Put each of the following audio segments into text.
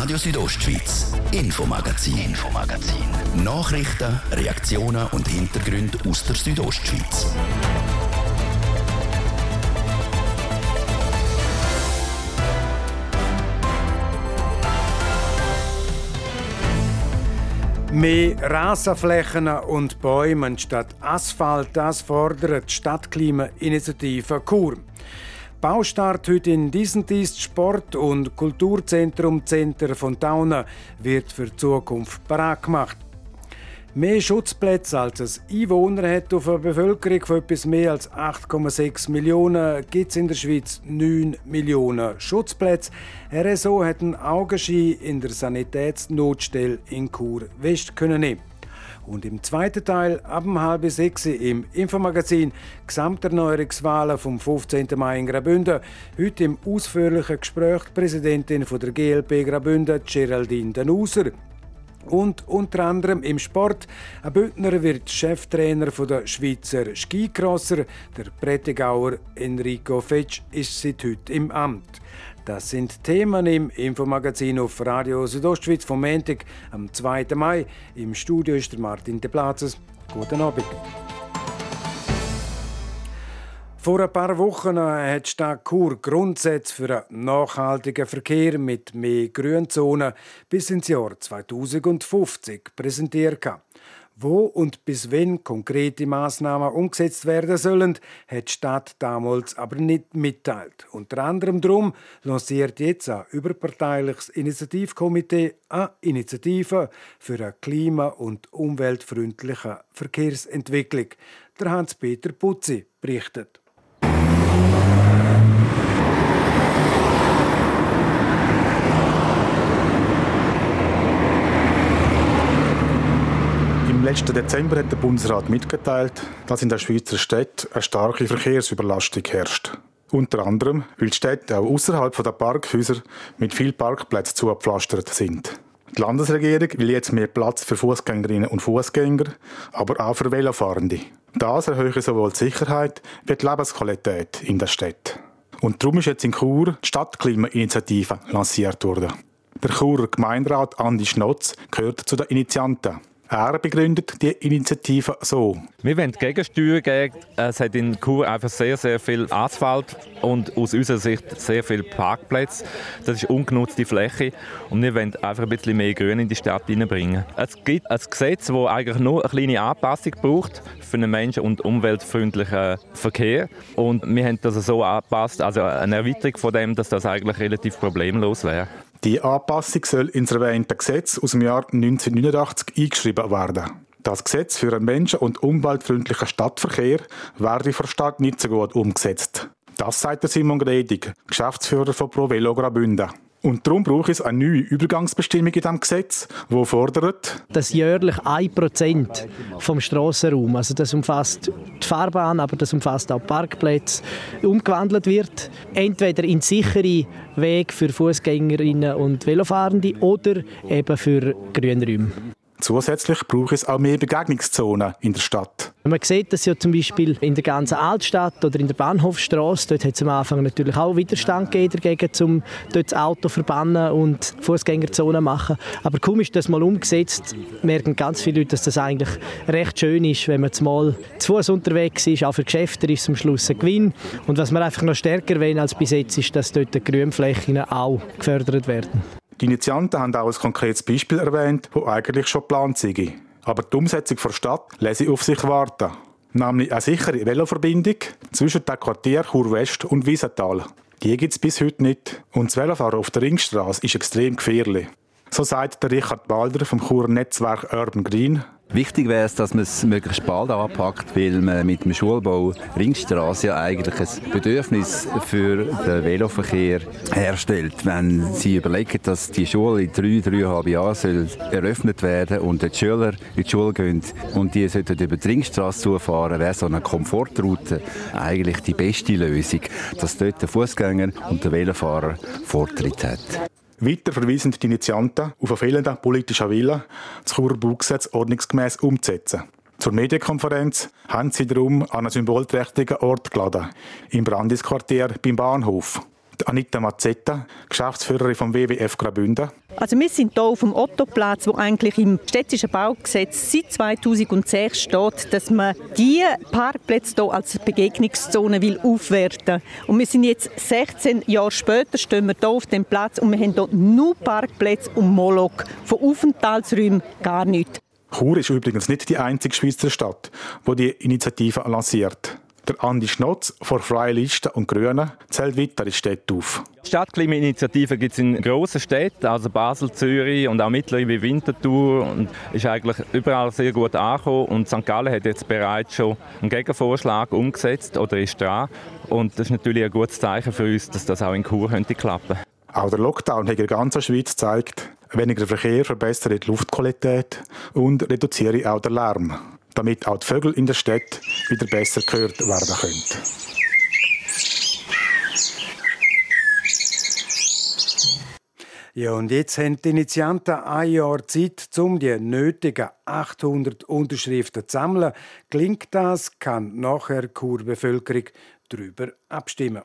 Radio Südostschweiz, Infomagazin. Nachrichten, Reaktionen und Hintergründe aus der Südostschweiz. Mehr Rasenflächen und Bäume statt Asphalt, das fordert die Stadtklimainitiative Chur. Baustart heute in Diesentiest Sport- und Kulturzentrum Center von Thauna wird für die Zukunft bereit gemacht. Mehr Schutzplätze als es Einwohner hat auf eine Bevölkerung von etwas mehr als 8,6 Millionen gibt es in der Schweiz 9 Millionen Schutzplätze. RSO hat einen Augenschein in der Sanitätsnotstelle in Chur West nehmen. Und im zweiten Teil ab 5:30 im Infomagazin Gesamterneuerungswahlen vom 15. Mai in Graubünden. Heute im ausführlichen Gespräch die Präsidentin von der GLP Graubünden, Geraldine Danuser. Und unter anderem im Sport. Ein Bündner wird Cheftrainer der Schweizer Skicrosser. Der Prättigauer Enrico Fetsch ist seit heute im Amt. Das sind Themen im Infomagazin auf Radio Südostschweiz vom Montag am 2. Mai. Im Studio ist der Martin de Plazes. Guten Abend. Vor ein paar Wochen hat die Stadt Chur Grundsätze für einen nachhaltigen Verkehr mit mehr Grünzonen bis ins Jahr 2050 präsentiert. Wo und bis wann konkrete Massnahmen umgesetzt werden sollen, hat die Stadt damals aber nicht mitteilt. Unter anderem darum lanciert jetzt ein überparteiliches Initiativkomitee eine Initiative für eine klima- und umweltfreundliche Verkehrsentwicklung. Der Hans-Peter Putzi berichtet. Im letzten Dezember hat der Bundesrat mitgeteilt, dass in der Schweizer Städte eine starke Verkehrsüberlastung herrscht. Unter anderem, weil die Städte auch außerhalb der Parkhäuser mit vielen Parkplätzen zugepflastert sind. Die Landesregierung will jetzt mehr Platz für Fußgängerinnen und Fußgänger, aber auch für Velofahrende. Das erhöht sowohl die Sicherheit wie die Lebensqualität in der Stadt. Und darum ist jetzt in Chur die Stadtklimainitiative lanciert worden. Der Churer Gemeinderat Andi Schnotz gehört zu den Initianten. Er begründet die Initiative so. Wir wollen Gegensteuer geben. Es hat in Chur einfach sehr, sehr viel Asphalt und aus unserer Sicht sehr viele Parkplätze. Das ist ungenutzte Fläche und wir wollen einfach ein bisschen mehr Grün in die Stadt hineinbringen. Es gibt ein Gesetz, das eigentlich nur eine kleine Anpassung braucht für einen menschen- und umweltfreundlichen Verkehr. Und wir haben das so angepasst, also eine Erweiterung von dem, dass das eigentlich relativ problemlos wäre. Die Anpassung soll ins erwähnte Gesetz aus dem Jahr 1989 eingeschrieben werden. Das Gesetz für einen menschen- und umweltfreundlichen Stadtverkehr werde von der Stadt nicht so gut umgesetzt. Das sagt Simon Gredig, Geschäftsführer von Pro Velo Graubünden. Und darum braucht es eine neue Übergangsbestimmung in diesem Gesetz, die fordert, dass jährlich 1% vom Strassenraum, also das umfasst die Fahrbahn, aber das umfasst auch Parkplätze, umgewandelt wird. Entweder in sichere Wege für Fußgängerinnen und Velofahrende oder eben für Grünräume. Zusätzlich braucht es auch mehr Begegnungszonen in der Stadt. Man sieht das ja zum Beispiel in der ganzen Altstadt oder in der Bahnhofstrasse. Dort hat es am Anfang natürlich auch Widerstand gegeben dagegen, um dort das Auto zu verbannen und Fußgängerzonen zu machen. Aber kaum ist das mal umgesetzt, merken ganz viele Leute, dass das eigentlich recht schön ist, wenn man mal zu Fuß unterwegs ist. Auch für Geschäfte ist es am Schluss ein Gewinn. Und was wir einfach noch stärker wollen als bis jetzt, ist, dass dort die Grünflächen auch gefördert werden. Die Initianten haben auch ein konkretes Beispiel erwähnt, das eigentlich schon geplant sei. Aber die Umsetzung der Stadt lässt auf sich warten. Nämlich eine sichere Veloverbindung zwischen den Quartieren Chur West und Wiesental. Die gibt es bis heute nicht. Und das Velofahren auf der Ringstrasse ist extrem gefährlich. So sagt der Richard Balder vom Churer Netzwerk Urban Green. Wichtig wäre es, dass man es möglichst bald anpackt, weil man mit dem Schulbau Ringstrasse ja eigentlich ein Bedürfnis für den Veloverkehr herstellt. Wenn Sie überlegen, dass die Schule in 3,5 Jahren eröffnet werden und die Schüler in die Schule gehen und die sollten über die Ringstrasse zufahren, wäre so eine Komfortroute eigentlich die beste Lösung, dass dort der Fußgänger und der Velofahrer Vortritt hat. Weiter verweisen die Initianten auf einen fehlenden politischen Willen, das Churer Baugesetz ordnungsgemäß umzusetzen. Zur Medienkonferenz haben sie darum an einen symbolträchtigen Ort geladen, im Brandisquartier beim Bahnhof. Anita Mazzetta, Geschäftsführerin vom WWF Graubünden. Also wir sind hier auf dem Ottoplatz, wo eigentlich im städtischen Baugesetz seit 2006 steht, dass man diese Parkplätze hier als Begegnungszone aufwerten will. Und wir sind jetzt 16 Jahre später, stehen wir hier auf dem Platz und wir haben hier nur Parkplätze und Moloch. Von Aufenthaltsräumen gar nichts. Chur ist übrigens nicht die einzige Schweizer Stadt, die die Initiative lanciert. Der Andi Schnotz von Freie Liste und Grünen zählt weitere Städte auf. Stadtklimainitiativen gibt es in grossen Städten, also Basel, Zürich und auch mittlere wie Winterthur. Und ist eigentlich überall sehr gut angekommen. Und St. Gallen hat jetzt bereits schon einen Gegenvorschlag umgesetzt oder ist dran. Und das ist natürlich ein gutes Zeichen für uns, dass das auch in Chur klappen könnte. Auch der Lockdown hat in der ganzen Schweiz gezeigt, weniger Verkehr verbessert die Luftqualität und reduziere auch den Lärm, damit auch die Vögel in der Stadt wieder besser gehört werden können. Ja, und jetzt haben die Initianten ein Jahr Zeit, um die nötigen 800 Unterschriften zu sammeln. Gelingt das, kann nachher die Churbevölkerung darüber abstimmen.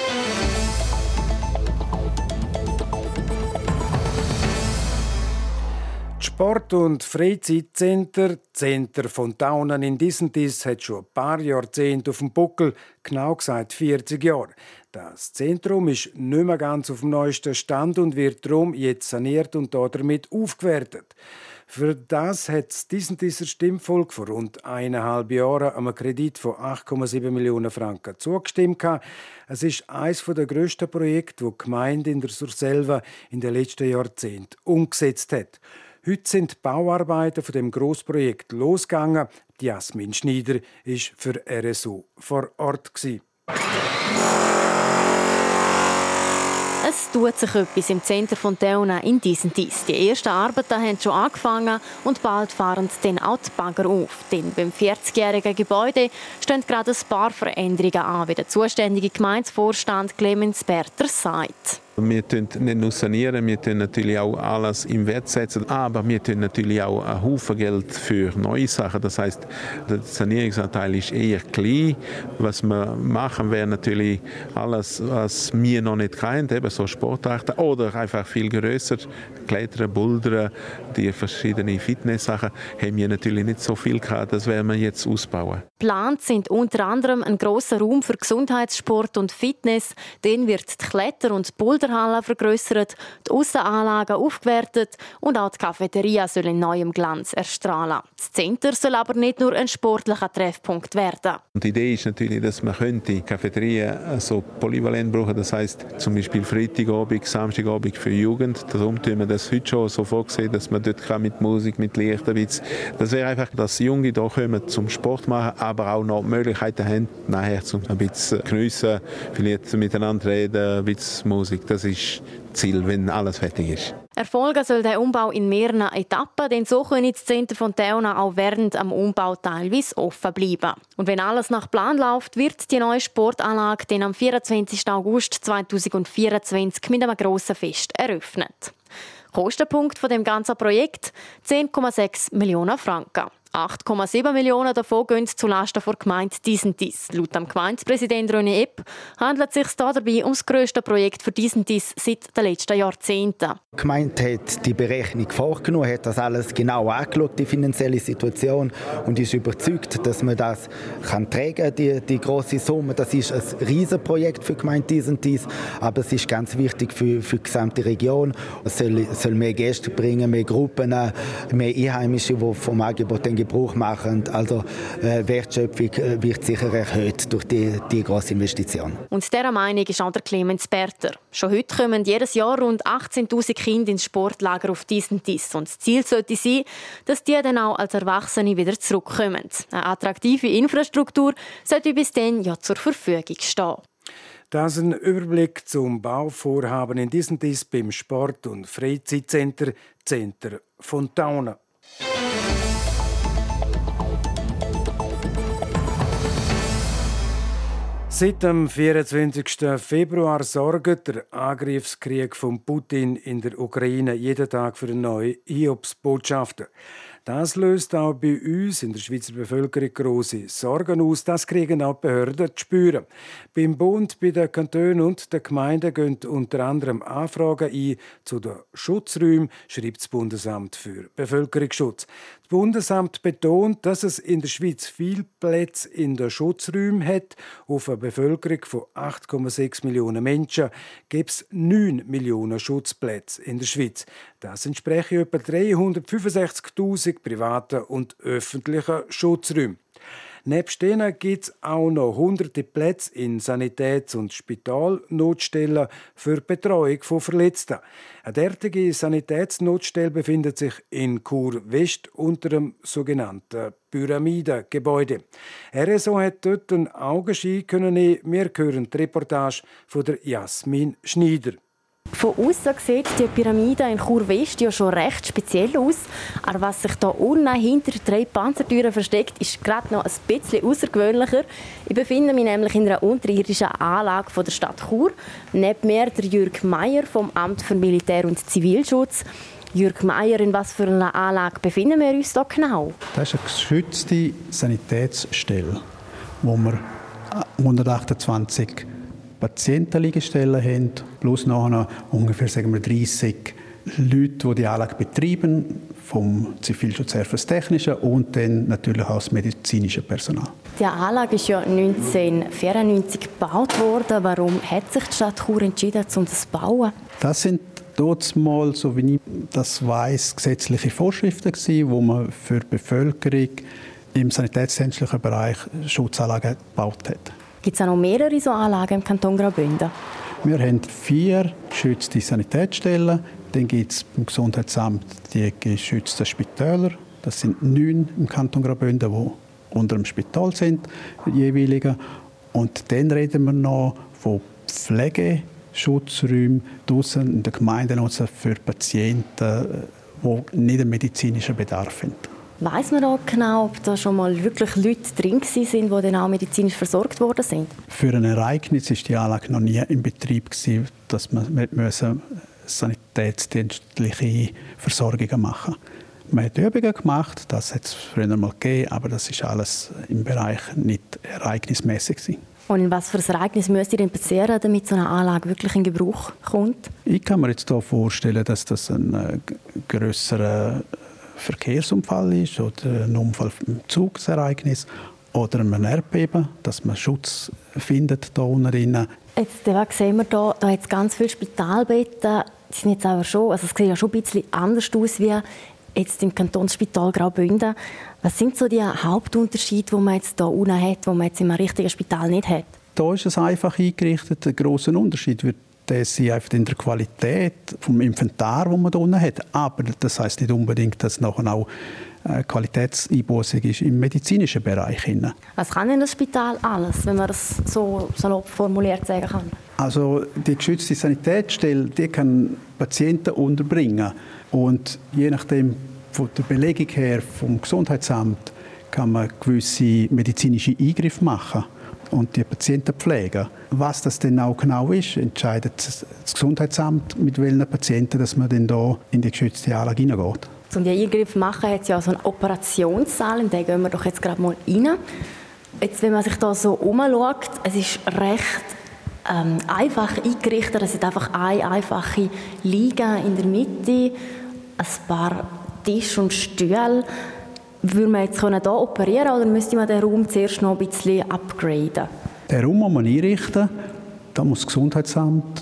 Sport- und Freizeitcenter, Center Fontaunen in Disentis, hat schon ein paar Jahrzehnte auf dem Buckel, genau gesagt 40 Jahre. Das Zentrum ist nicht mehr ganz auf dem neuesten Stand und wird darum jetzt saniert und damit aufgewertet. Für das hat das Disentisser Stimmvolk vor rund 1,5 Jahren einem Kredit von 8,7 Millionen Franken zugestimmt. Es ist eines der grössten Projekte, das die Gemeinde in der Surselva in den letzten Jahrzehnten umgesetzt hat. Heute sind die Bauarbeiten von dem Grossprojekt losgegangen. Jasmin Schneider war für RSO vor Ort. Es tut sich etwas im Center Fontaunen in Disentis. Die ersten Arbeiten haben schon angefangen und bald fahren dann auch die Bagger auf. Denn beim 40-jährigen Gebäude stehen gerade ein paar Veränderungen an, wie der zuständige Gemeindevorstand Clemens Berter sagt. Wir tun nicht nur sanieren, wir tun natürlich auch alles im Wert setzen, aber wir tun natürlich auch einen Haufen Geld für neue Sachen. Das heisst, der Sanierungsanteil ist eher klein. Was wir machen, wäre natürlich alles, was wir noch nicht kennen, eben so Sportarten oder einfach viel grösser. Klettern, Bouldern, die verschiedenen Fitness-Sachen haben wir natürlich nicht so viel gehabt. Das werden wir jetzt ausbauen. Geplant sind unter anderem ein grosser Raum für Gesundheitssport und Fitness. Dann wird die Kletter- und Boulderhalle vergrössert, die Aussenanlagen aufgewertet und auch die Cafeteria soll in neuem Glanz erstrahlen. Das Center soll aber nicht nur ein sportlicher Treffpunkt werden. Und die Idee ist natürlich, dass man die Cafeteria so polyvalent brauchen. Das heisst zum Beispiel Freitagabend, Samstagabend für Jugend. Darum tun wir das heute schon so vorgesehen, dass man dort mit Musik, mit Lichterwitz. Das wäre einfach, dass Junge hier kommen zum Sport machen, aber auch noch Möglichkeiten haben, nachher zum ein bisschen geniessen, vielleicht miteinander reden, ein bisschen Musik. Das ist das Ziel, wenn alles fertig ist. Erfolgen soll der Umbau in mehreren Etappen, denn so können das Center Fontaunen auch während dem Umbau teilweise offen bleiben. Und wenn alles nach Plan läuft, wird die neue Sportanlage dann am 24. August 2024 mit einem grossen Fest eröffnet. Kostenpunkt von dem ganzen Projekt 10,6 Millionen Franken. 8,7 Millionen davon gehen zulasten der Gemeinde Disentis. Laut dem Gemeindepräsident René Epp handelt es sich dabei um das grösste Projekt für Disentis seit den letzten Jahrzehnten. Die Gemeinde hat die Berechnung vorgenommen, hat das alles genau angeschaut, die finanzielle Situation, und ist überzeugt, dass man das tragen kann, die grosse Summe. Das ist ein Riesenprojekt für die Gemeinde Disentis, aber es ist ganz wichtig für die gesamte Region. Es soll mehr Gäste bringen, mehr Gruppen, mehr Einheimische, die vom Angebot Gebrauch machen. Also Wertschöpfung wird sicher erhöht durch die grosse Investition. Und dieser Meinung ist auch der Clemens Berter. Schon heute kommen jedes Jahr rund 18'000 Kinder ins Sportlager auf Disentis. Und das Ziel sollte sein, dass die dann auch als Erwachsene wieder zurückkommen. Eine attraktive Infrastruktur sollte bis dann ja zur Verfügung stehen. Das ist ein Überblick zum Bauvorhaben in Disentis beim Sport- und Freizeitcenter Center Fontaunen. Seit dem 24. Februar sorgt der Angriffskrieg von Putin in der Ukraine jeden Tag für neue Hiobsbotschaften. Das löst auch bei uns in der Schweizer Bevölkerung grosse Sorgen aus. Das kriegen auch die Behörden zu spüren. Beim Bund, bei den Kantonen und den Gemeinden gehen unter anderem Anfragen ein zu den Schutzräumen, schreibt das Bundesamt für Bevölkerungsschutz. Das Bundesamt betont, dass es in der Schweiz viel Plätze in den Schutzräumen hat. Auf eine Bevölkerung von 8,6 Millionen Menschen gibt es 9 Millionen Schutzplätze in der Schweiz. Das entsprechen etwa 365'000 privaten und öffentlichen Schutzräumen. Nebst denen gibt es auch noch hunderte Plätze in Sanitäts- und Spitalnotstellen für die Betreuung von Verletzten. Eine derartige Sanitätsnotstelle befindet sich in Chur West unter dem sogenannten Pyramidengebäude. RSO hat dort einen Augenschein können nehmen. Wir hören die Reportage von der Jasmin Schneider. Von außen sieht die Pyramide in Chur West ja schon recht speziell aus. Aber was sich hier unten hinter 3 Panzertüren versteckt, ist gerade noch ein bisschen außergewöhnlicher. Ich befinde mich nämlich in einer unterirdischen Anlage der Stadt Chur. Neben mir der Jürg Meier vom Amt für Militär- und Zivilschutz. Jürg Meier, in was für einer Anlage befinden wir uns hier genau? Das ist eine geschützte Sanitätsstelle, wo wir 128 Patientenliegestellen haben, plus noch ungefähr 30 Leute, die die Anlage betreiben, vom Zivilschutzheer fürs Technische und dann natürlich auch das medizinische Personal. Die Anlage ist ja 1994 gebaut worden. Warum hat sich die Stadt Chur entschieden, um das zu bauen? Das sind dort mal, so wie ich das weiss, gesetzliche Vorschriften gewesen, wo man für die Bevölkerung im sanitätstechnischen Bereich Schutzanlagen gebaut hat. Gibt es auch noch mehrere so Anlagen im Kanton Graubünden? Wir haben 4 geschützte Sanitätsstellen. Dann gibt es im Gesundheitsamt die geschützten Spitäler. Das sind 9 im Kanton Graubünden, die unter dem Spital sind, die jeweiligen. Und dann reden wir noch von Pflegeschutzräumen draussen in der Gemeinde für Patienten, die nicht einen medizinischen Bedarf haben. Weiss man da genau, ob da schon mal wirklich Leute drin waren, die dann auch medizinisch versorgt worden sind? Für ein Ereignis war die Anlage noch nie in Betrieb, dass man sanitätsdienstliche Versorgungen machen musste. Man hat Übungen gemacht, das hat es früher mal gegeben, aber das ist alles im Bereich nicht ereignismäßig. Und in was für ein Ereignis müsste denn passieren, damit so eine Anlage wirklich in Gebrauch kommt? Ich kann mir jetzt hier vorstellen, dass das ein grösserer Verkehrsunfall ist oder ein Unfall im Zugsereignis oder ein Erdbeben, dass man Schutz findet hier unten drin. Jetzt sehen wir da hat es ganz viele Spitalbetten. Die sind jetzt aber schon, also es sieht ja schon ein bisschen anders aus wie jetzt im Kantonsspital Graubünden. Was sind so die Hauptunterschiede, die man jetzt hier unten hat, die man jetzt im richtigen Spital nicht hat? Hier ist es einfach eingerichtet. Ein grosser Unterschied wird das einfach in der Qualität vom Inventar, das man hier unten hat. Aber das heisst nicht unbedingt, dass nachher auch Qualitätseinbußung ist im medizinischen Bereich. Was kann denn das Spital alles, wenn man das so salopp formuliert sagen kann? Also die geschützte Sanitätsstelle, die kann Patienten unterbringen. Und je nachdem von der Belegung her vom Gesundheitsamt kann man gewisse medizinische Eingriffe machen und die Patienten pflegen. Was das denn auch genau ist, entscheidet das Gesundheitsamt, mit welchen Patienten dass man denn da in die geschützte Anlage hineingeht. Um die Eingriffe zu machen, hat es ja so einen Operationssaal, in den gehen wir doch jetzt gerade mal rein. Jetzt, wenn man sich da so umschaut, es ist recht einfach eingerichtet. Es ist einfach eine einfache Liege in der Mitte, ein paar Tische und Stühle. Würde man jetzt hier operieren oder müsste man den Raum zuerst noch ein bisschen upgraden? Den Raum muss man einrichten. Da muss das Gesundheitsamt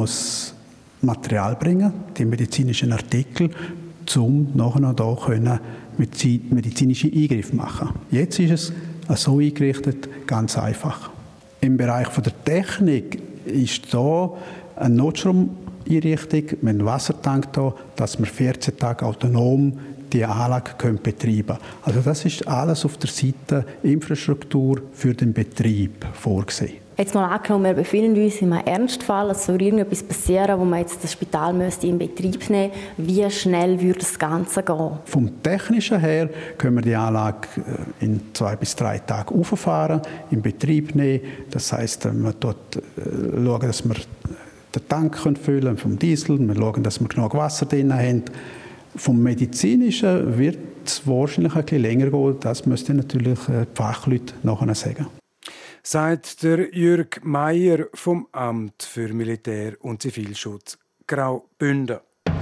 Material bringen, die medizinischen Artikel, um nachher noch hier medizinische Eingriffe machen. Jetzt ist es so eingerichtet, ganz einfach. Im Bereich der Technik ist hier eine Notstromeinrichtung mit einem Wassertank hier, dass wir 14 Tage autonom die Anlage betreiben können. Also das ist alles auf der Seite Infrastruktur für den Betrieb vorgesehen. Jetzt mal angenommen, wir befinden uns in einem Ernstfall, es soll irgendetwas passieren, wo man jetzt das Spital müsste in Betrieb nehmen müsste. Wie schnell würde das Ganze gehen? Vom Technischen her können wir die Anlage in 2 bis 3 Tagen auffahren, in Betrieb nehmen. Das heisst, wir dort schauen, dass wir den Tank füllen vom Diesel, wir schauen, dass wir genug Wasser drin haben. Vom Medizinischen wird es wahrscheinlich ein bisschen länger gehen. Das müssten natürlich die Fachleute nachher sagen. Sagt der Jürg Meier vom Amt für Militär- und Zivilschutz Graubünden.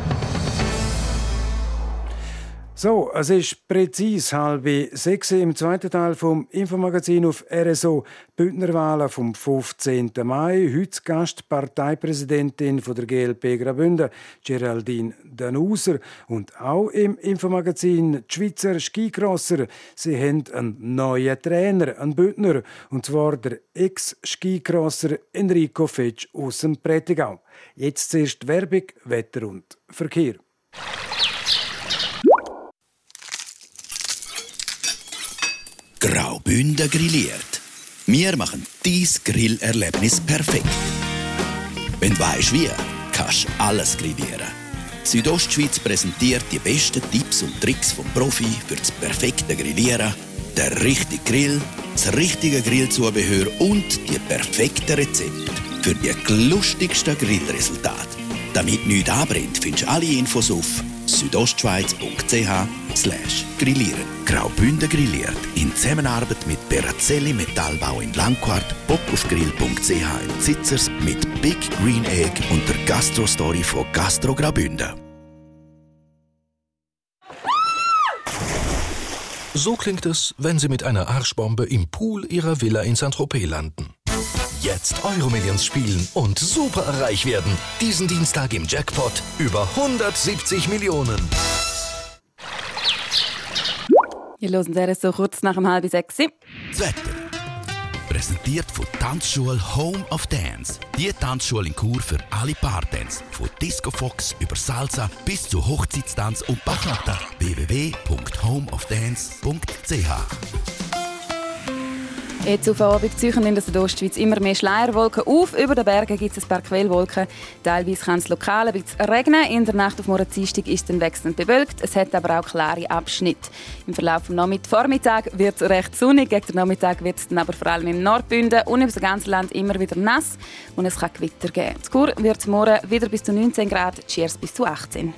So, es ist präzise 5:30 im zweiten Teil vom Infomagazin auf RSO. Bündnerwahlen vom 15. Mai. Heute Gast Parteipräsidentin von der GLP Graubünden, Geraldine Danuser. Und auch im Infomagazin die Schweizer Skicrosser. Sie haben einen neuen Trainer, einen Bündner, und zwar der Ex-Skicrosser Enrico Fetsch aus dem Prättigau. Jetzt zuerst Werbung, Wetter und Verkehr. Graubünden grilliert. Wir machen dies Grillerlebnis perfekt. Wenn du weisst wie, kannst du alles grillieren. Südostschweiz präsentiert die besten Tipps und Tricks vom Profi für das perfekte Grillieren, der richtige Grill, das richtige Grillzubehör und die perfekten Rezepte für die lustigsten Grillresultate. Damit nichts anbrennt, findest du alle Infos auf südostschweiz.ch/grillieren. Graubünden grilliert in Zusammenarbeit mit Berarzelli Metallbau in Langquart, bockaufgrill.ch in Zitzers mit Big Green Egg und der Gastro-Story von Gastro Graubünden. So klingt es, wenn Sie mit einer Arschbombe im Pool Ihrer Villa in Saint-Tropez landen. Jetzt Euromillions spielen und super reich werden. Diesen Dienstag im Jackpot über 170 Millionen. Wir hören es so kurz nach 5:30. Das Wetter. Präsentiert von Tanzschule Home of Dance. Die Tanzschule in Chur für alle Partens. Von Disco Fox über Salsa bis zu Hochzeitstanz und Bachata. www.homeofdance.ch. Jetzt auf Abend ziehen in der Südostschweiz immer mehr Schleierwolken auf. Über den Bergen gibt es ein paar Quellwolken. Teilweise kann es lokal ein bisschen regnen. In der Nacht auf morgen Dienstag ist es dann wechselnd bewölkt. Es hat aber auch klare Abschnitte. Im Verlauf des Vormittags wird es recht sonnig. Gegen den Nachmittag wird es dann aber vor allem im Nordbünden und über das ganze Land immer wieder nass. Und es kann Gewitter geben. In Chur wird es morgen wieder bis zu 19 Grad, Schiers bis zu 18.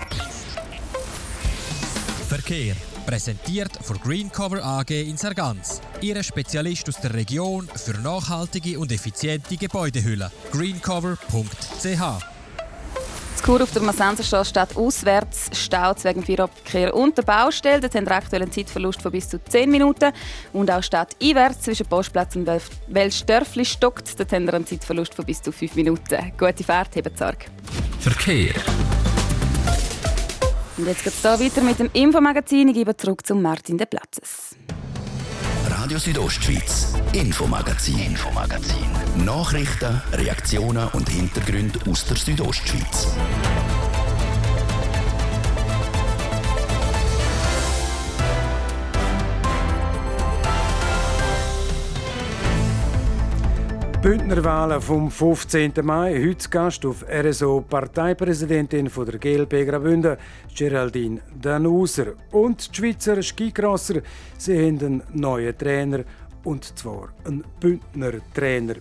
Verkehr. Präsentiert von Greencover AG in Sargans. Ihre Spezialist aus der Region für nachhaltige und effiziente Gebäudehüllen. greencover.ch. Chur auf der Massenserstrasse steht auswärts, Staus wegen dem Feierabendverkehr und der Baustelle. Dort haben wir aktuell einen Zeitverlust von bis zu 10 Minuten. Und auch stadteinwärts zwischen Postplatz und Welschdörfli stockt. Dort haben wir einen Zeitverlust von bis zu 5 Minuten. Gute Fahrt, habt Sorge. Verkehr. Und jetzt geht es hier weiter mit dem Infomagazin. Ich gebe zurück zu Martin de Platzes. Radio Südostschweiz, Infomagazin. Nachrichten, Reaktionen und Hintergründe aus der Südostschweiz. Bündnerwahlen vom 15. Mai. Heute Gast auf RSO Parteipräsidentin von der GLP Graubünden, Geraldine Danuser. Und die Schweizer Skicrosser, sie haben einen neuen Trainer, und zwar einen Bündner Trainer.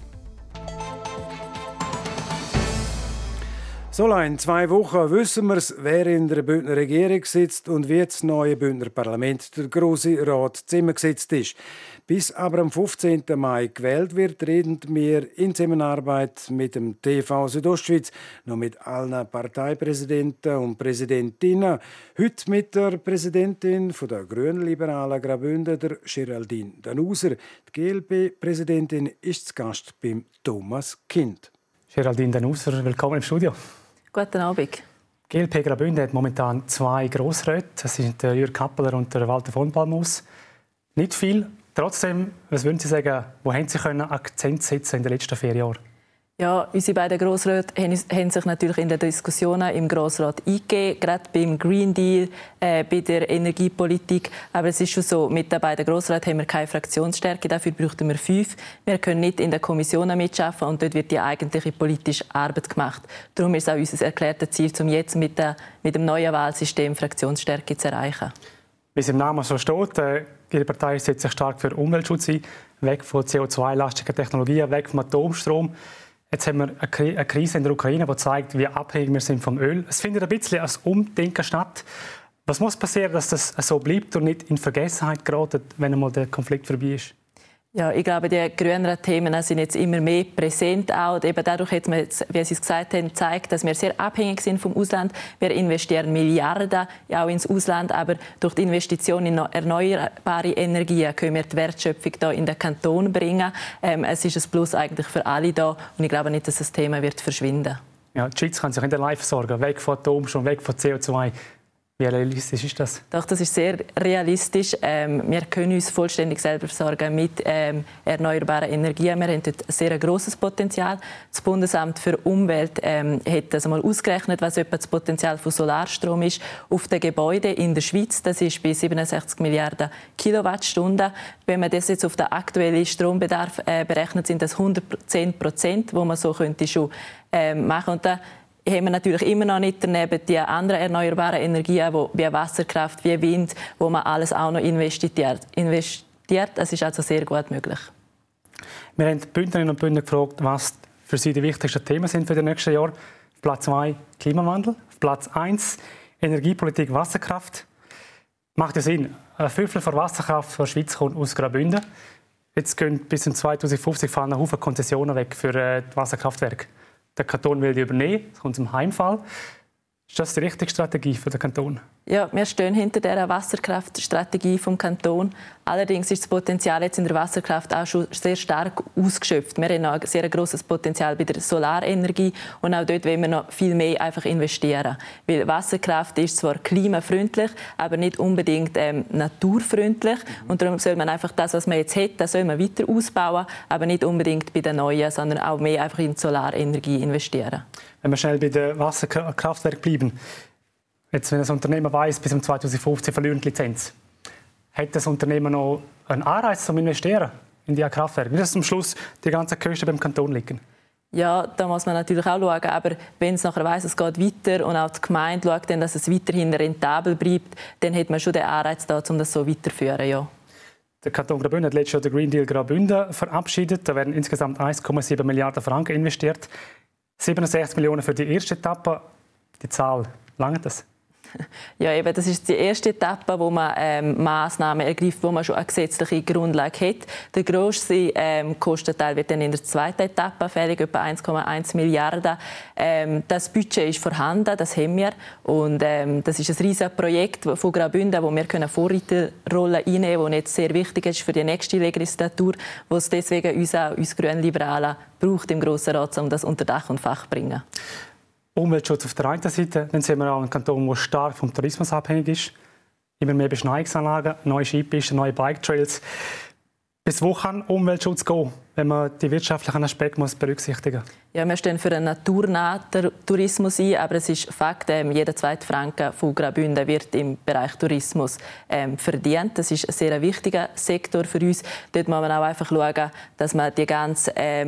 So in 2 Wochen wissen wir, wer in der Bündner Regierung sitzt und wie das neue Bündner Parlament, der Grosse Rat, zusammengesetzt ist. Bis aber am 15. Mai gewählt wird, reden wir in Zusammenarbeit mit dem TV Südostschweiz noch mit allen Parteipräsidenten und Präsidentinnen. Heute mit der Präsidentin der Grünliberalen Graubünden, der Geraldine Danuser. Die GLP-Präsidentin ist zu Gast beim Thomas Kind. Geraldine Danuser, willkommen im Studio. Guten Abend. GLP Graubünden hat momentan 2 Grossräte. Das sind der Jürg Kappeler und der Walter von Balmus. Nicht viel. Trotzdem, was würden Sie sagen, wo haben Sie Akzent setzen in den letzten 4 Jahren? Ja, unsere beiden Grossräte haben sich natürlich in den Diskussionen im Grossrat eingegeben, gerade beim Green Deal, bei der Energiepolitik. Aber es ist schon so, mit den beiden Grossräten haben wir keine Fraktionsstärke, dafür bräuchten wir 5. Wir können nicht in den Kommissionen mitarbeiten und dort wird die eigentliche politische Arbeit gemacht. Darum ist es auch unser erklärtes Ziel, um jetzt mit dem neuen Wahlsystem Fraktionsstärke zu erreichen. Wie es im Namen so steht, Ihre Partei setzt sich stark für Umweltschutz ein, weg von CO2-lastigen Technologien, weg vom Atomstrom. Jetzt haben wir eine Krise in der Ukraine, die zeigt, wie abhängig wir sind vom Öl. Es findet ein bisschen als Umdenken statt. Was muss passieren, dass das so bleibt und nicht in Vergessenheit gerät, wenn einmal der Konflikt vorbei ist? Ja, ich glaube, die grüneren Themen sind jetzt immer mehr präsent. Auch eben dadurch hat man jetzt, wie Sie es gesagt haben, gezeigt, dass wir sehr abhängig sind vom Ausland. Wir investieren Milliarden auch ins Ausland, aber durch die Investition in erneuerbare Energien können wir die Wertschöpfung hier in den Kanton bringen. Es ist ein Plus eigentlich für alle da und ich glaube nicht, dass das Thema wird verschwinden. Ja, die Schweiz kann sich in der Live versorgen, weg von Atomstrom, weg von CO2. Wie realistisch ist das? Doch, das ist sehr realistisch. Wir können uns vollständig selber versorgen mit erneuerbaren Energien. Wir haben dort ein sehr grosses Potenzial. Das Bundesamt für Umwelt hat das einmal ausgerechnet, was etwa das Potenzial von Solarstrom ist auf den Gebäuden in der Schweiz. Das ist bei 67 Milliarden Kilowattstunden. Wenn man das jetzt auf den aktuellen Strombedarf berechnet, sind das 110%, wo man so könnte schon machen. Und haben wir natürlich immer noch nicht daneben die anderen erneuerbaren Energien, wie Wasserkraft, wie Wind, wo man alles auch noch investiert. Das ist also sehr gut möglich. Wir haben die Bündnerinnen und Bündner gefragt, was für sie die wichtigsten Themen sind für die nächsten Jahre. Auf Platz 2 Klimawandel, auf Platz 1 Energiepolitik, Wasserkraft. Macht ja Sinn. Ein Fünftel der Wasserkraft der Schweiz kommt aus Graubünden. Jetzt gehen bis 2050 fallen Haufen Konzessionen weg für die Wasserkraftwerke. Der Kanton will die übernehmen, es kommt zum Heimfall. Ist das die richtige Strategie für den Kanton? Ja, wir stehen hinter dieser Wasserkraftstrategie vom Kanton. Allerdings ist das Potenzial jetzt in der Wasserkraft auch schon sehr stark ausgeschöpft. Wir haben noch ein sehr grosses Potenzial bei der Solarenergie und auch dort wollen wir noch viel mehr einfach investieren. Weil Wasserkraft ist zwar klimafreundlich, aber nicht unbedingt naturfreundlich. Und darum soll man einfach das, was man jetzt hat, das soll man weiter ausbauen, aber nicht unbedingt bei den neuen, sondern auch mehr einfach in Solarenergie investieren. Wenn wir schnell bei den Wasserkraftwerken bleiben. Jetzt, wenn das Unternehmen weiss, bis 2015 verlieren die Lizenz, hat das Unternehmen noch einen Anreiz zum Investieren in die Kraftwerke? Wie das am Schluss die ganzen Kosten beim Kanton liegen? Ja, da muss man natürlich auch schauen. Aber wenn es nachher weiss, es geht weiter und auch die Gemeinde schaut, dann, dass es weiterhin rentabel bleibt, dann hat man schon den Anreiz da, um das so weiterzuführen. Ja. Der Kanton Graubünden hat letztes Jahr den Green Deal Graubünden verabschiedet. Da werden insgesamt 1,7 Milliarden Franken investiert. 67 Millionen für die erste Etappe. Die Zahl, langt das? Ja, eben, das ist die erste Etappe, wo man Massnahmen ergreift, wo man schon eine gesetzliche Grundlage hat. Der grösste Kostenteil wird dann in der zweiten Etappe fällig, etwa 1,1 Milliarden. Das Budget ist vorhanden, das haben wir. Und das ist ein riesiges Projekt von Graubünden, wo wir eine Vorreiterrolle einnehmen können, die jetzt sehr wichtig ist für die nächste Legislatur, wo es deswegen uns Grünliberalen braucht im Grossen Rat, um das unter Dach und Fach zu bringen. Umweltschutz auf der einen Seite, dann sehen wir auch einen Kanton, der stark vom Tourismus abhängig ist. Immer mehr Beschneiungsanlagen, neue Skipisten, neue Bike-Trails. Bis wo kann Umweltschutz gehen, wenn man die wirtschaftlichen Aspekte berücksichtigen muss? Ja, wir stehen für einen naturnahen Tourismus ein, aber es ist Fakt, jeder zweite Franken von Graubünden wird im Bereich Tourismus verdient. Das ist ein sehr wichtiger Sektor für uns. Dort muss man auch einfach schauen, dass man die ganze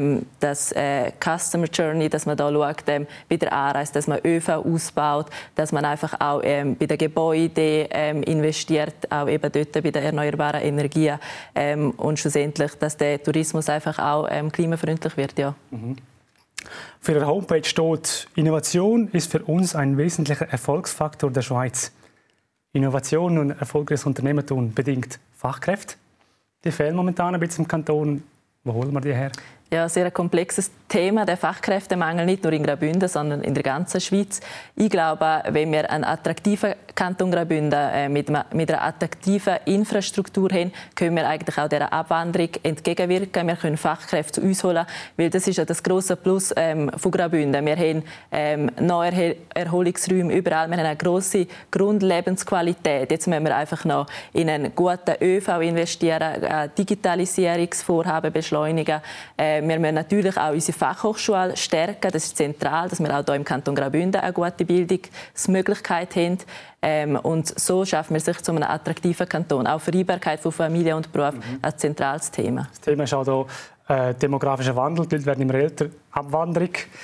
Customer Journey, dass man da schaut, bei der Anreise, dass man ÖV ausbaut, dass man einfach auch bei den Gebäuden investiert, auch eben dort bei den erneuerbaren Energien und schlussendlich, dass der Tourismus einfach auch klimafreundlich wird. Ja. Mhm. Auf Ihrer Homepage steht, Innovation ist für uns ein wesentlicher Erfolgsfaktor der Schweiz. Innovation und erfolgreiches Unternehmertum bedingt Fachkräfte. Die fehlen momentan ein bisschen im Kanton. Wo holen wir die her? Ja, sehr ein komplexes Thema, der Fachkräftemangel, nicht nur in Graubünden, sondern in der ganzen Schweiz. Ich glaube, wenn wir einen attraktiven Kanton Graubünden mit einer attraktiven Infrastruktur haben, können wir eigentlich auch dieser Abwanderung entgegenwirken. Wir können Fachkräfte zu uns holen, weil das ist ja das grosse Plus von Graubünden. Wir haben neue Erholungsräume überall, wir haben eine grosse Grundlebensqualität. Jetzt müssen wir einfach noch in einen guten ÖV investieren, Digitalisierungsvorhaben beschleunigen. Wir müssen natürlich auch unsere Fachhochschule stärken. Das ist zentral, dass wir auch hier im Kanton Graubünden eine gute Bildungsmöglichkeit haben. Und so schaffen wir sich zu einem attraktiven Kanton. Auch Vereinbarkeit von Familie und Beruf ein zentrales Thema. Das Thema ist auch hier demografischer Wandel. Die Leute werden immer älter. Abwanderung.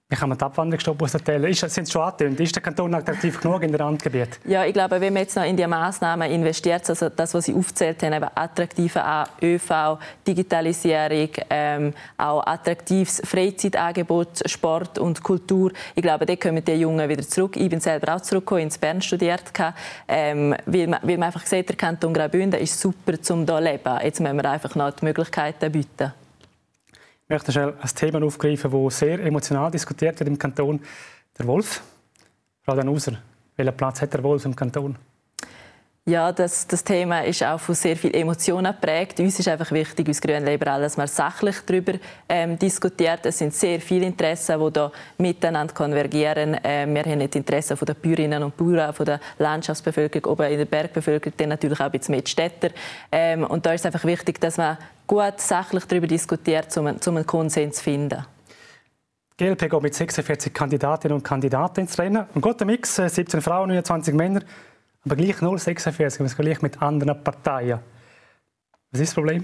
Wie kann man die Abwanderungsstopp austeilen? Sind es schon angetönt? Ist der Kanton attraktiv genug in den Randgebieten? Ja, ich glaube, wenn man jetzt noch in die Massnahmen investiert, also das, was Sie aufgezählt haben, eben attraktiver ÖV, Digitalisierung, auch attraktives Freizeitangebot, Sport und Kultur, ich glaube, da kommen die Jungen wieder zurück. Ich bin selber auch zurückgekommen, in Bern studiert, weil man einfach sieht, der Kanton Graubünden ist super, um hier zu leben. Jetzt müssen wir einfach noch die Möglichkeiten bieten. Ich möchte schnell ein Thema aufgreifen, das sehr emotional diskutiert wird im Kanton. Der Wolf. Frau Danuser, welchen Platz hat der Wolf im Kanton? Ja, das Thema ist auch von sehr vielen Emotionen geprägt. Uns ist einfach wichtig, als Grünliberalen, dass man sachlich darüber diskutiert. Es sind sehr viele Interessen, die hier miteinander konvergieren. Wir haben nicht Interessen von den Bäuerinnen und Bauern, von der Landschaftsbevölkerung, oben in der Bergbevölkerung, dann natürlich auch ein bisschen mit Städter. Und da ist es einfach wichtig, dass man gut sachlich darüber diskutiert, um einen Konsens zu finden. Die GLP geht mit 46 Kandidatinnen und Kandidaten ins Rennen. Ein guter Mix, 17 Frauen, 29 Männer. Aber gleich 0,46, wenn man es gleich mit anderen Parteien. Was ist das Problem?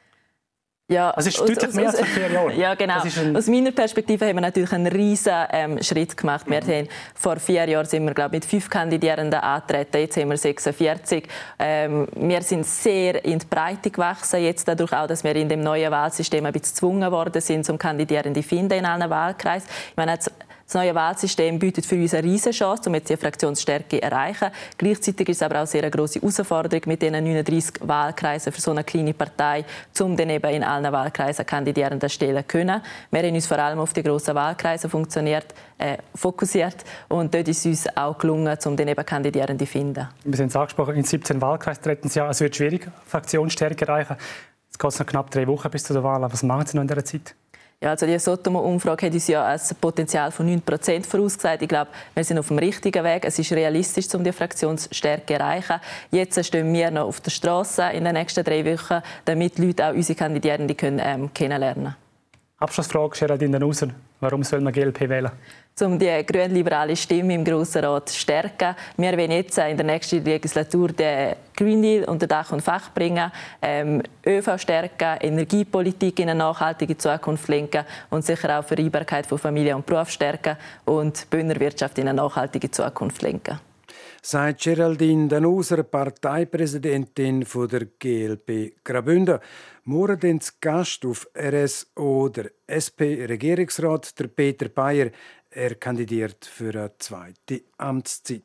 Ja, es ist deutlich mehr als vor 4 Jahren. Ja, genau. Aus meiner Perspektive haben wir natürlich einen riesen Schritt gemacht. Wir haben vor 4 Jahren sind wir, glaube ich, mit 5 Kandidierenden angetreten. Jetzt haben wir 46. Wir sind sehr in die Breite gewachsen. Jetzt dadurch auch, dass wir in dem neuen Wahlsystem ein bisschen gezwungen worden sind, zum Kandidierende zu finden in allen Wahlkreisen. Ich meine, das neue Wahlsystem bietet für uns eine riesige Chance, um jetzt die Fraktionsstärke zu erreichen. Gleichzeitig ist es aber auch sehr eine grosse Herausforderung mit diesen 39 Wahlkreisen für so eine kleine Partei, um dann eben in allen Wahlkreisen Kandidierende stellen zu können. Wir haben uns vor allem auf die grossen Wahlkreise fokussiert und dort ist es uns auch gelungen, um dann eben Kandidierende zu finden. Wir sind es angesprochen, in 17 Wahlkreisen treten Sie an. Es wird schwierig, Fraktionsstärke zu erreichen. Es geht noch knapp 3 Wochen bis zur Wahl. Was machen Sie noch in dieser Zeit? Ja, also die Sotomo-Umfrage hat uns ja ein Potenzial von 9% vorausgesagt. Ich glaube, wir sind auf dem richtigen Weg. Es ist realistisch, um die Fraktionsstärke zu erreichen. Jetzt stehen wir noch auf der Straße in den nächsten 3 Wochen, damit die Leute auch unsere Kandidierenden kennenlernen können. Abschlussfrage, Geraldine Danuser. Warum soll man GLP wählen? Um die grün-liberale Stimme im Grossen Rat zu stärken. Wir wollen jetzt in der nächsten Legislatur den Green Deal unter Dach und Fach bringen, ÖV stärken, Energiepolitik in eine nachhaltige Zukunft lenken und sicher auch die Vereinbarkeit von Familie und Beruf stärken und die Bündnerwirtschaft in eine nachhaltige Zukunft lenken. Sagt Geraldine Danuser, Parteipräsidentin der GLP Graubünden. Morgen den Gast auf RSO der SP-Regierungsrat, der Peter Bayer. Er kandidiert für eine 2. Amtszeit.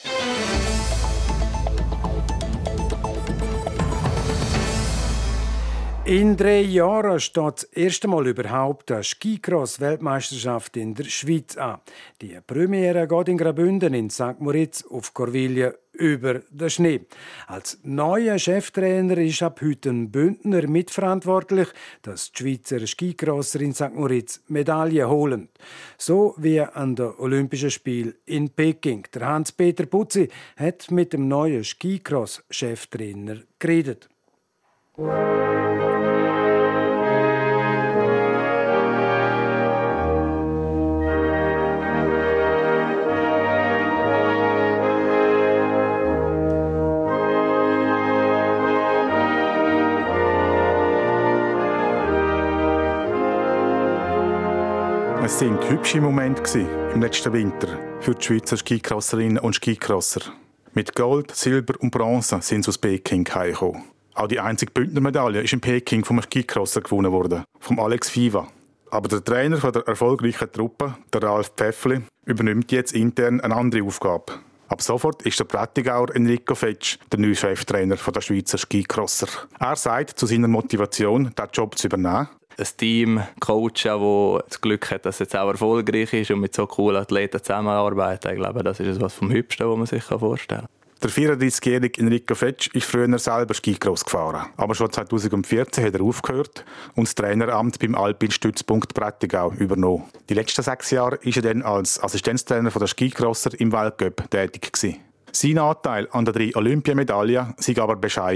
In 3 Jahren steht das erste Mal überhaupt eine Skicross-Weltmeisterschaft in der Schweiz an. Die Premiere geht in Graubünden in St. Moritz auf Corviglia über den Schnee. Als neuer Cheftrainer ist ab heute ein Bündner mitverantwortlich, dass die Schweizer Skicrosser in St. Moritz Medaillen holen. So wie an den Olympischen Spielen in Peking. Der Hans-Peter Putzi hat mit dem neuen Skicross-Cheftrainer geredet. Es waren hübsche Momente im letzten Winter für die Schweizer Skicrosserinnen und Skicrosser. Mit Gold, Silber und Bronze sind sie aus Peking heimgekommen. Auch die einzige Bündnermedaille ist in Peking vom Skicrosser gewonnen worden, vom Alex Fiva. Aber der Trainer der erfolgreichen Truppe, der Ralf Pfäffli, übernimmt jetzt intern eine andere Aufgabe. Ab sofort ist der Prättigauer Enrico Fetsch der neue Cheftrainer der Schweizer Skicrosser. Er sagt zu seiner Motivation, diesen Job zu übernehmen: ein Team coachen, das das Glück hat, dass es jetzt auch erfolgreich ist und mit so coolen Athleten zusammenarbeiten. Ich glaube, das ist etwas vom Hübsten, was man sich vorstellen kann. Der 34-jährige Enrico Fetsch ist früher selber Skicross gefahren. Aber schon 2014 hat er aufgehört und das Traineramt beim Alpin-Stützpunkt Prättigau übernommen. Die letzten 6 Jahre war er dann als Assistenztrainer der Skicrosser im Weltcup tätig gewesen. Sein Anteil an den 3 Olympiamedaillen sei aber bescheiden.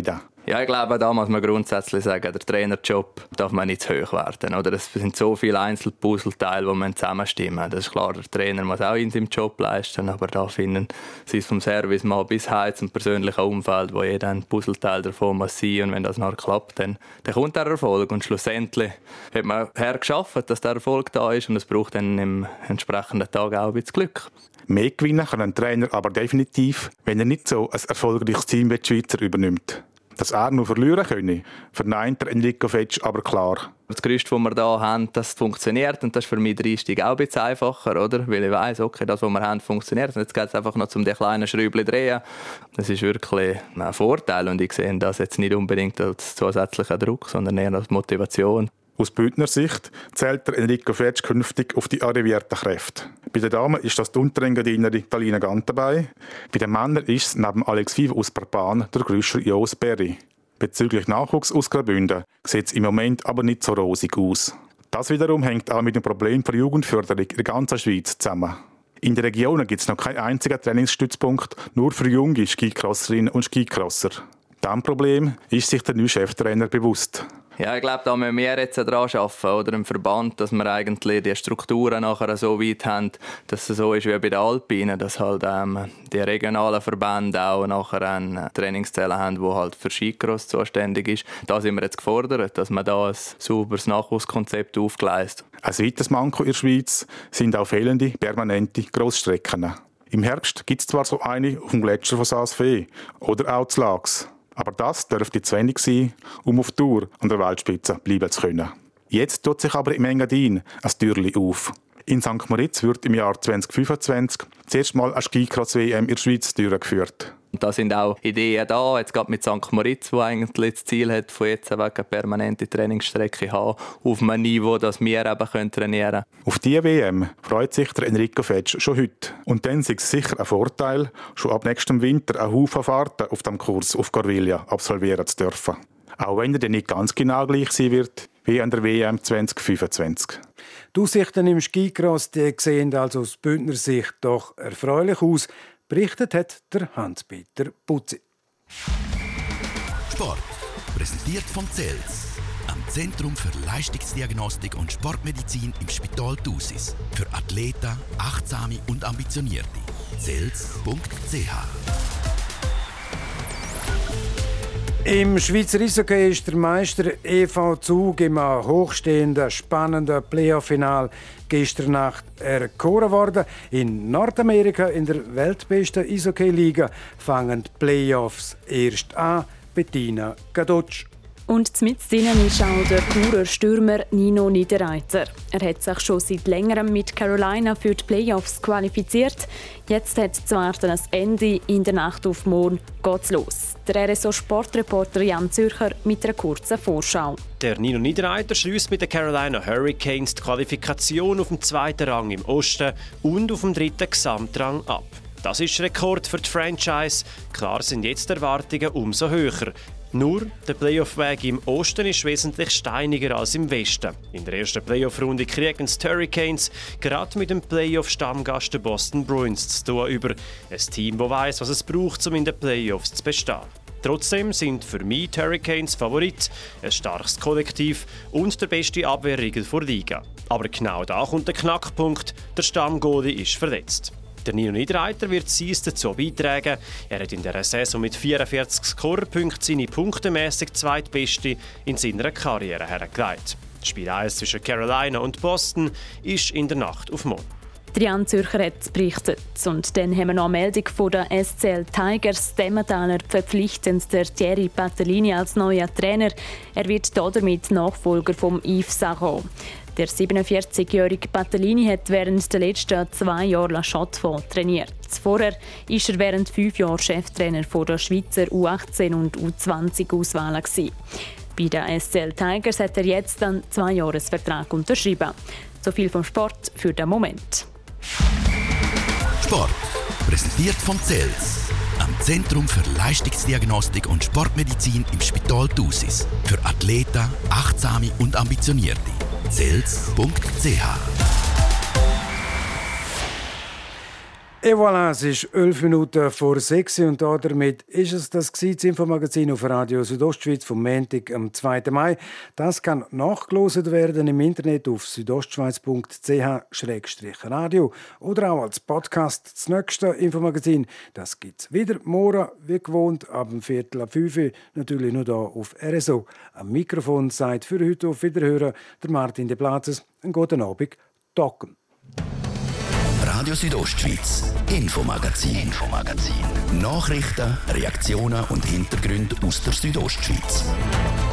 Ja, ich glaube, da muss man grundsätzlich sagen, der Trainerjob darf man nicht zu hoch werden. Oder? Es sind so viele Einzelpuzzleteile, die man zusammenstimmen. Das ist klar, der Trainer muss auch in seinem Job leisten, aber da finden sie es vom Service mal bis hin zum persönlichen Umfeld, wo jeder ein Puzzleteil davon muss sein. Und wenn das noch klappt, dann kommt der Erfolg. Und schlussendlich hat man hergeschafft, dass der Erfolg da ist und es braucht dann im entsprechenden Tag auch ein bisschen Glück. Mehr gewinnen kann ein Trainer aber definitiv, wenn er nicht so ein erfolgreiches Team wie die Schweizer übernimmt. Dass er nur verlieren könne, verneint der Enrico Fetsch aber klar. Das Gerüst, das wir hier haben, das funktioniert und das ist für mich der Einstieg auch ein bisschen einfacher, oder? Weil ich weiss, okay, das, was wir haben, funktioniert. Und jetzt geht es einfach noch um die kleinen Schräubchen drehen. Das ist wirklich ein Vorteil und ich sehe das jetzt nicht unbedingt als zusätzlichen Druck, sondern eher als Motivation. Aus Bündner Sicht zählt der Enrico Fetsch künftig auf die arrivierten Kräfte. Bei den Damen ist das die Unterengadiner Talina Gant dabei. Bei den Männern ist es neben Alex Viva aus Parpan der Grüscher Jos Berry. Bezüglich Nachwuchs aus Graubünden sieht es im Moment aber nicht so rosig aus. Das wiederum hängt auch mit dem Problem der Jugendförderung in der ganzen Schweiz zusammen. In den Regionen gibt es noch keinen einzigen Trainingsstützpunkt nur für junge Skicrosserinnen und Skicrosser. Diesem Problem ist sich der neue Cheftrainer bewusst. Ja, ich glaube, da müssen wir jetzt daran arbeiten, oder im Verband, dass wir eigentlich die Strukturen nachher so weit haben, dass es so ist wie bei den Alpinen, dass halt die regionalen Verbände auch nachher eine Trainingszelle haben, die halt für Skicross zuständig ist. Da sind wir jetzt gefordert, dass man da ein sauberes Nachwuchskonzept aufgleist. Ein weiteres Manko in der Schweiz sind auch fehlende permanente Grossstrecken. Im Herbst gibt es zwar so eine auf dem Gletscher von Saas-Fee oder auch zu Laax. Aber das dürfte zu wenig sein, um auf Tour an der Weltspitze bleiben zu können. Jetzt tut sich aber im Engadin ein Türchen auf. In St. Moritz wird im Jahr 2025 zuerst mal eine Skicross-WM in der Schweiz durchgeführt. Und da sind auch Ideen da, jetzt gerade mit St. Moritz, wo eigentlich das Ziel hat, von jetzt weg eine permanente Trainingsstrecke haben, auf einem Niveau, das wir eben trainieren können. Auf diese WM freut sich der Enrico Fetsch schon heute. Und dann ist es sicher ein Vorteil, schon ab nächstem Winter einen Haufen Fahrten auf dem Kurs auf Corviglia absolvieren zu dürfen. Auch wenn er dann nicht ganz genau gleich sein wird wie an der WM 2025. Die Aussichten im Skicross sehen also aus Bündner Sicht doch erfreulich aus, berichtet hat der Hans-Peter Putzi. Sport, präsentiert von CELS, am Zentrum für Leistungsdiagnostik und Sportmedizin im Spital Thusis. Für Athleten, Achtsame und Ambitionierte. CELS.ch. Im Schweizer Eishockey ist der Meister EV Zug im hochstehenden, spannenden Playoff-Final gestern Nacht erkoren worden. In Nordamerika, in der weltbesten Eishockey-Liga, fangen die Playoffs erst an. Bettina Gadotsch. Und mit drinnen ist auch der Churer Stürmer Nino Niederreiter. Er hat sich schon seit längerem mit Carolina für die Playoffs qualifiziert. Jetzt hat zu warten ein Ende. In der Nacht auf morgen geht's los. Der RSO-Sportreporter Jan Zürcher mit einer kurzen Vorschau. Der Nino Niederreiter schliesst mit den Carolina Hurricanes die Qualifikation auf dem 2. Rang im Osten und auf dem 3. Gesamtrang ab. Das ist Rekord für die Franchise. Klar sind jetzt die Erwartungen umso höher. Nur, der Playoff-Weg im Osten ist wesentlich steiniger als im Westen. In der ersten Playoff-Runde kriegen die Hurricanes gerade mit dem Playoff-Stammgast der Boston Bruins zu tun über ein Team, das weiss, was es braucht, um in den Playoffs zu bestehen. Trotzdem sind für mich die Hurricanes Favorit, ein starkes Kollektiv und der beste Abwehrriegel der Liga. Aber genau da kommt der Knackpunkt, der Stammgoalie ist verletzt. Der Nino Niederreiter wird Seis dazu beitragen. Er hat in der Saison mit 44 Scorerpunkten seine punktemässig zweitbeste in seiner Karriere hergelegt. Das Spiel 1 zwischen Carolina und Boston ist in der Nacht auf morgen. Jan Zürcher hat berichtet. Und dann haben wir noch eine Meldung von der SCL Tigers. Die Emmentaler verpflichten der Thierry Patellini als neuer Trainer. Er wird damit Nachfolger von Yves Sarrault. Der 47-jährige Patellini hat während der letzten 2 Jahre La Chaux-de-Fonds trainiert. Vorher war er während 5 Jahren Cheftrainer der Schweizer U18 und U20-Auswahlen. Bei den SCL Tigers hat er jetzt einen 2-Jahres-Vertrag unterschrieben. So viel vom Sport für den Moment. Sport, präsentiert von CELS, am Zentrum für Leistungsdiagnostik und Sportmedizin im Spital Thusis. Für Athleten, Achtsame und Ambitionierte. CELS.ch. Et voilà, es ist 11 Minuten vor 6 und damit ist es das Infomagazin auf Radio Südostschweiz vom Montag, am 2. Mai. Das kann nachgelesen werden im Internet auf südostschweiz.ch/radio oder auch als Podcast. Das nächste Infomagazin, das gibt es wieder morgen, wie gewohnt, ab 4:45 natürlich nur hier auf RSO. Am Mikrofon sagt für heute auf Wiederhören der Martin de Platzes. Einen guten Abend, Docken. Radio Südostschweiz, Infomagazin. Nachrichten, Reaktionen und Hintergründe aus der Südostschweiz.